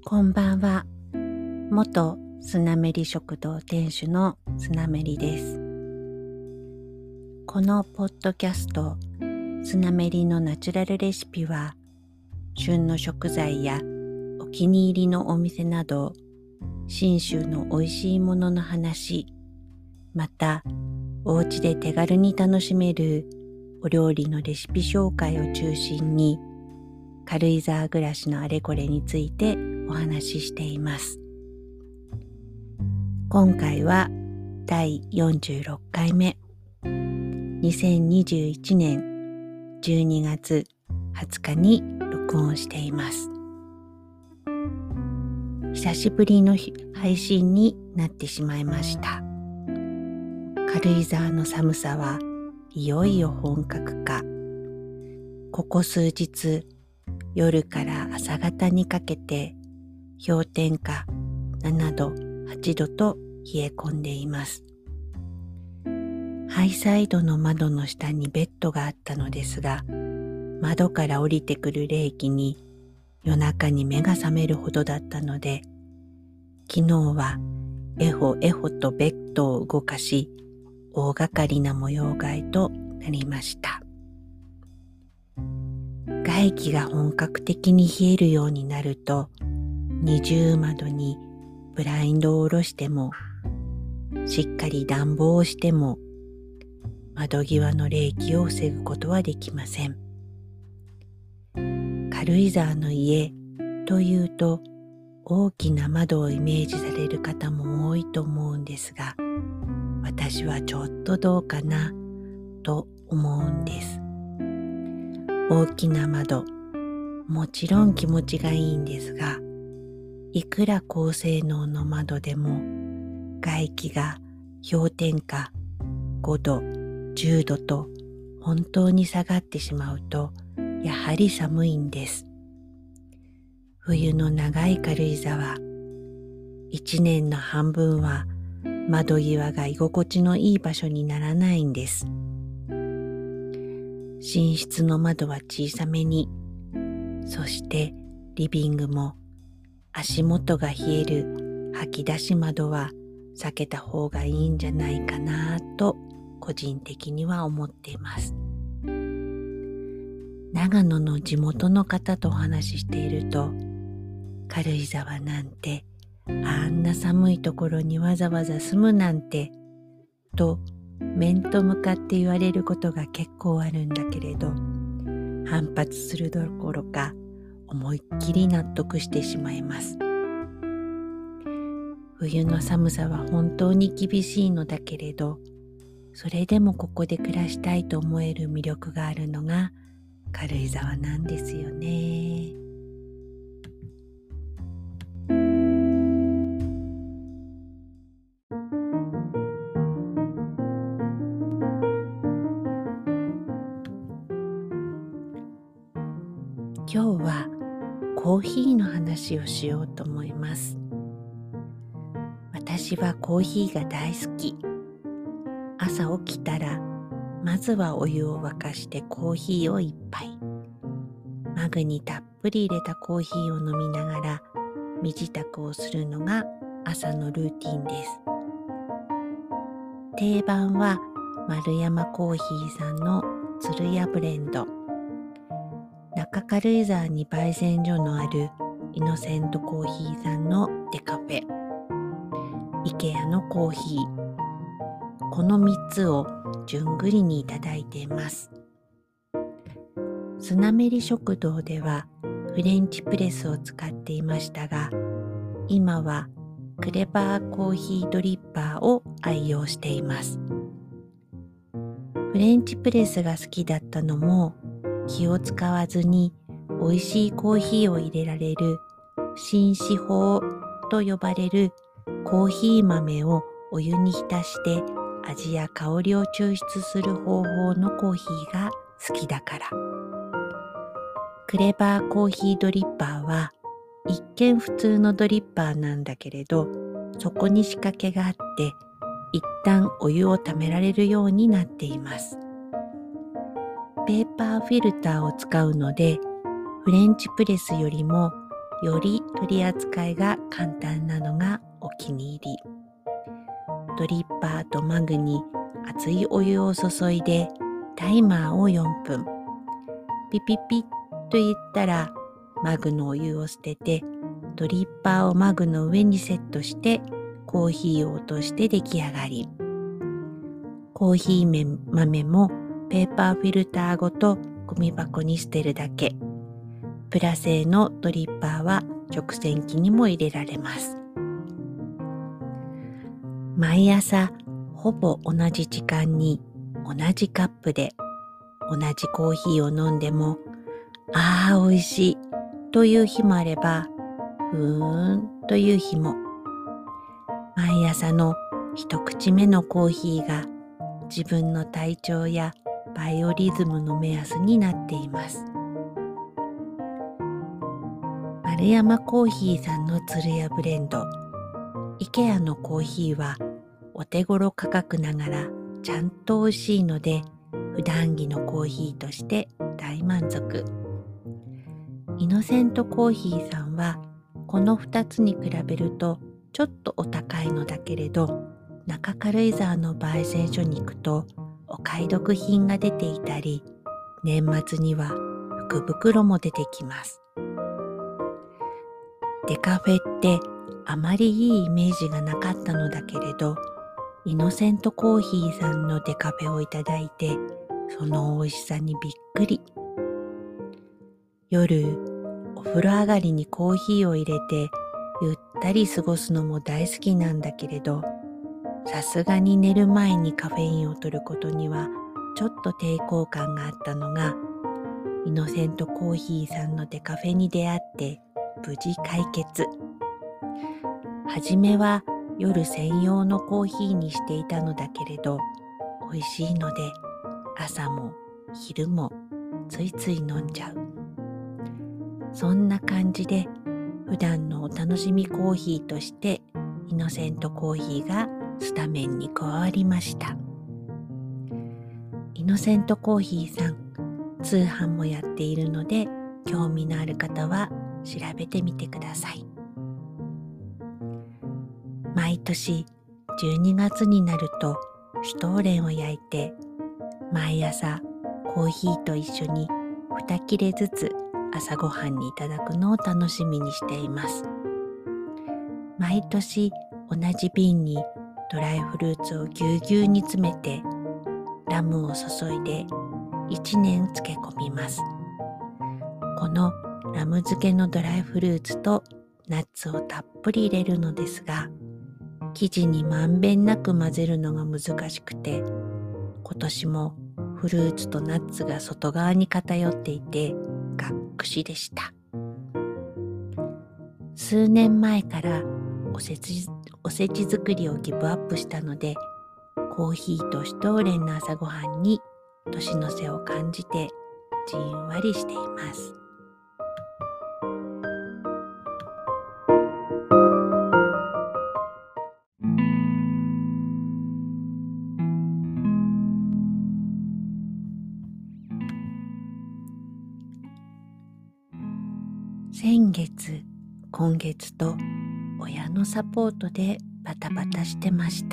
こんばんは。元スナメリ食堂店主のスナメリです。このポッドキャストスナメリのナチュラルレシピは、旬の食材やお気に入りのお店など信州の美味しいものの話、またお家で手軽に楽しめるお料理のレシピ紹介を中心に、軽井沢暮らしのあれこれについてお話ししています。今回は第46回目、2021年12月20日に録音しています。久しぶりの配信になってしまいました。軽井沢の寒さはいよいよ本格化。ここ数日、夜から朝方にかけて氷点下7度、8度と冷え込んでいます。ハイサイドの窓の下にベッドがあったのですが、窓から降りてくる冷気に夜中に目が覚めるほどだったので、昨日はエホエホとベッドを動かし、大掛かりな模様替えとなりました。外気が本格的に冷えるようになると、二重窓にブラインドを下ろしても、しっかり暖房をしても、窓際の冷気を防ぐことはできません。軽井沢の家というと、大きな窓をイメージされる方も多いと思うんですが、私はちょっとどうかなと思うんです。大きな窓、もちろん気持ちがいいんですが、いくら高性能の窓でも外気が氷点下5度、10度と本当に下がってしまうと、やはり寒いんです。冬の長い軽井沢、一年の半分は窓際が居心地のいい場所にならないんです。寝室の窓は小さめに、そしてリビングも足元が冷える吐き出し窓は避けた方がいいんじゃないかなと個人的には思っています。長野の地元の方とお話ししていると、軽井沢なんてあんな寒いところにわざわざ住むなんてと面と向かって言われることが結構あるんだけれど、反発するどころか思いっきり納得してしまいます。冬の寒さは本当に厳しいのだけれど、それでもここで暮らしたいと思える魅力があるのが軽井沢なんですよね。今日はコーヒーの話をしようと思います。私はコーヒーが大好き。朝起きたらまずはお湯を沸かしてコーヒーを一杯。マグにたっぷり入れたコーヒーを飲みながら身支度をするのが朝のルーティンです。定番は丸山コーヒーさんの鶴屋ブレンド。中軽井沢に焙煎所のあるイノセントコーヒーさんのデカフェ、イケアのコーヒー、この3つをじゅんぐりにいただいています。スナメリ食堂ではフレンチプレスを使っていましたが、今はクレバーコーヒードリッパーを愛用しています。フレンチプレスが好きだったのも、気を使わずに美味しいコーヒーを入れられる浸子法と呼ばれるコーヒー豆をお湯に浸して味や香りを抽出する方法のコーヒーが好きだから。クレバーコーヒードリッパーは一見普通のドリッパーなんだけれど、そこに仕掛けがあって一旦お湯をためられるようになっています。ペーパーフィルターを使うので、フレンチプレスよりもより取り扱いが簡単なのがお気に入り。ドリッパーとマグに熱いお湯を注いでタイマーを4分。ピピピッと言ったらマグのお湯を捨ててドリッパーをマグの上にセットしてコーヒーを落として出来上がり。コーヒー豆もペーパーフィルターごとゴミ箱に捨てるだけ。プラ製のドリッパーは食洗機にも入れられます。毎朝ほぼ同じ時間に同じカップで同じコーヒーを飲んでも、ああ美味しいという日もあれば、という日も。毎朝の一口目のコーヒーが自分の体調やバイオリズムの目安になっています。丸山コーヒーさんのつるやブレンド。IKEA のコーヒーはお手頃価格ながらちゃんと美味しいので、普段着のコーヒーとして大満足。イノセントコーヒーさんはこの2つに比べるとちょっとお高いのだけれど、中軽井沢の焙煎所に行くとお買い得品が出ていたり、年末には福袋も出てきます。デカフェってあまりいいイメージがなかったのだけれど、イノセントコーヒーさんのデカフェをいただいて、その美味しさにびっくり。夜、お風呂上がりにコーヒーを入れてゆったり過ごすのも大好きなんだけれど、さすがに寝る前にカフェインを摂ることにはちょっと抵抗感があったのが、イノセントコーヒーさんのデカフェに出会って無事解決。はじめは夜専用のコーヒーにしていたのだけれど、美味しいので朝も昼もついつい飲んじゃう。そんな感じで普段のお楽しみコーヒーとしてイノセントコーヒーがスタメンに加わりました。イノセントコーヒーさん、通販もやっているので、興味のある方は調べてみてください。毎年12月になるとシュトーレンを焼いて、毎朝コーヒーと一緒に2切れずつ朝ごはんにいただくのを楽しみにしています。毎年同じ瓶にドライフルーツをぎゅうぎゅうに詰めてラムを注いで1年漬け込みます。このラム漬けのドライフルーツとナッツをたっぷり入れるのですが、生地にまんべんなく混ぜるのが難しくて、今年もフルーツとナッツが外側に偏っていてがっくしでした。数年前からおせち作りをギブアップしたので、コーヒーとシュトーレンの朝ごはんに年の瀬を感じてじんわりしています。先月、今月と親のサポートでバタバタしてました。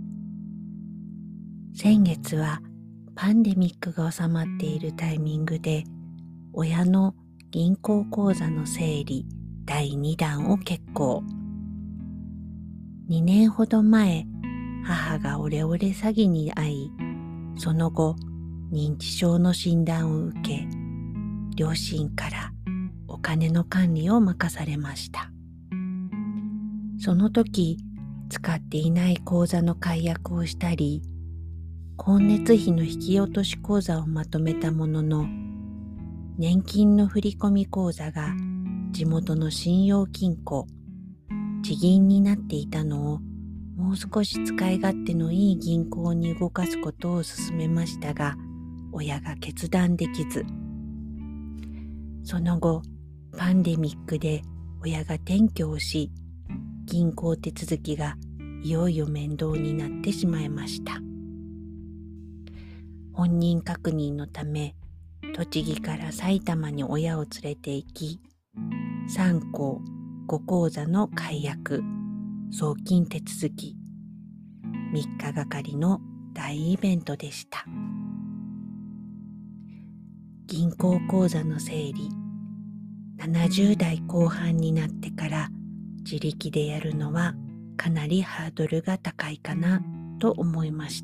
先月はパンデミックが収まっているタイミングで、親の銀行口座の整理第2弾を決行。2年ほど前、母がオレオレ詐欺に遭い、その後認知症の診断を受け、両親からお金の管理を任されました。その時、使っていない口座の解約をしたり、光熱費の引き落とし口座をまとめたものの、年金の振込口座が地元の信用金庫、地銀になっていたのを、もう少し使い勝手のいい銀行に動かすことを勧めましたが、親が決断できず、その後、パンデミックで親が転居をし、銀行手続きがいよいよ面倒になってしまいました。本人確認のため、栃木から埼玉に親を連れて行き、 3項5口座の解約、送金手続き、3日がかりの大イベントでした。銀行口座の整理、70代後半になってから自力でやるのはかなりハードルが高いかなと思いました。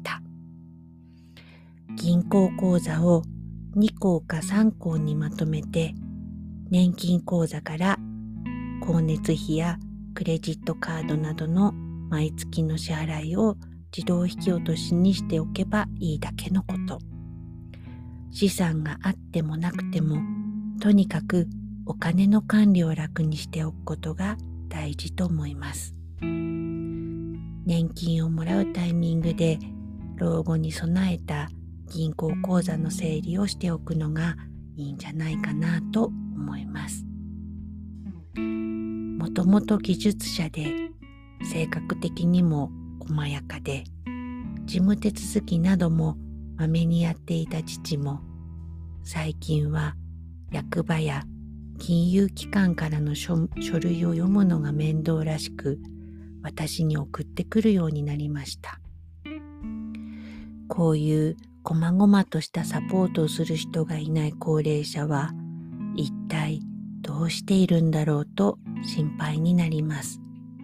銀行口座を2項か3項にまとめて、年金口座から光熱費やクレジットカードなどの毎月の支払いを自動引き落としにしておけばいいだけのこと。資産があってもなくても、とにかくお金の管理を楽にしておくことが大事と思います。年金をもらうタイミングで老後に備えた銀行口座の整理をしておくのがいいんじゃないかなと思います。もともと技術者で性格的にも細やかで、事務手続きなどもまめにやっていた父も、最近は役場や金融機関からの書類を読むのが面倒らしく、私に送ってくるようになりました。こういう細々としたサポートをする人がいない高齢者は一体どうしているんだろうと心配になります。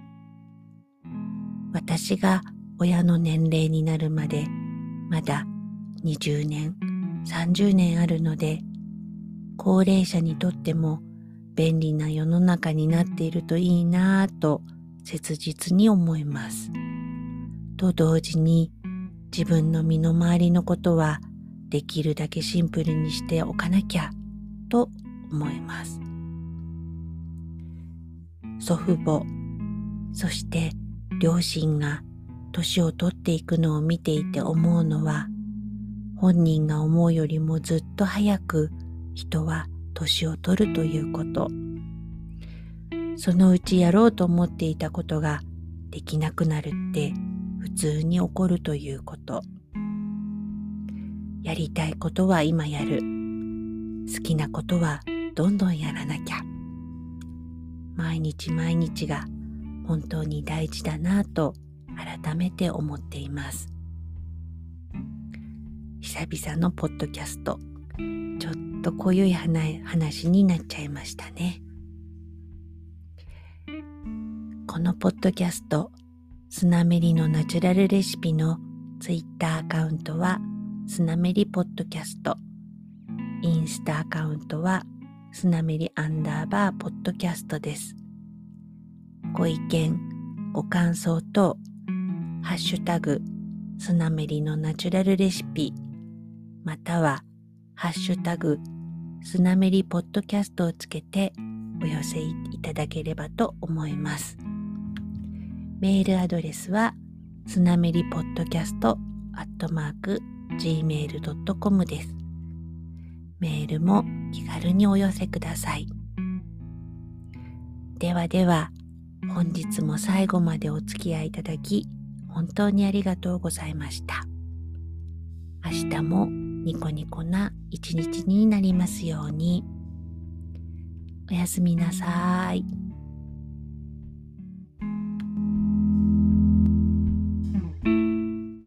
私が親の年齢になるまでまだ20年、30年あるので、高齢者にとっても便利な世の中になっているといいなぁと切実に思います。と同時に、自分の身の回りのことはできるだけシンプルにしておかなきゃと思います。祖父母、そして両親が年を取っていくのを見ていて思うのは、本人が思うよりもずっと早く人は年を取るということ。そのうちやろうと思っていたことができなくなるって普通に起こるということ。やりたいことは今やる。好きなことはどんどんやらなきゃ。毎日毎日が本当に大事だなぁと改めて思っています。久々のポッドキャスト、ちょっと濃ゆい話になっちゃいましたね。このポッドキャスト、スナメリのナチュラルレシピのツイッターアカウントはスナメリポッドキャスト、インスタアカウントはスナメリ_ポッドキャストです。ご意見、ご感想等、ハッシュタグスナメリのナチュラルレシピ、またはハッシュタグスナメリポッドキャストをつけてお寄せいただければと思います。メールアドレスはスナメリポッドキャスト@gmail.com です。メールも気軽にお寄せください。ではでは、本日も最後までお付き合いいただき本当にありがとうございました。明日もニコニコな一日になりますように。おやすみなさい。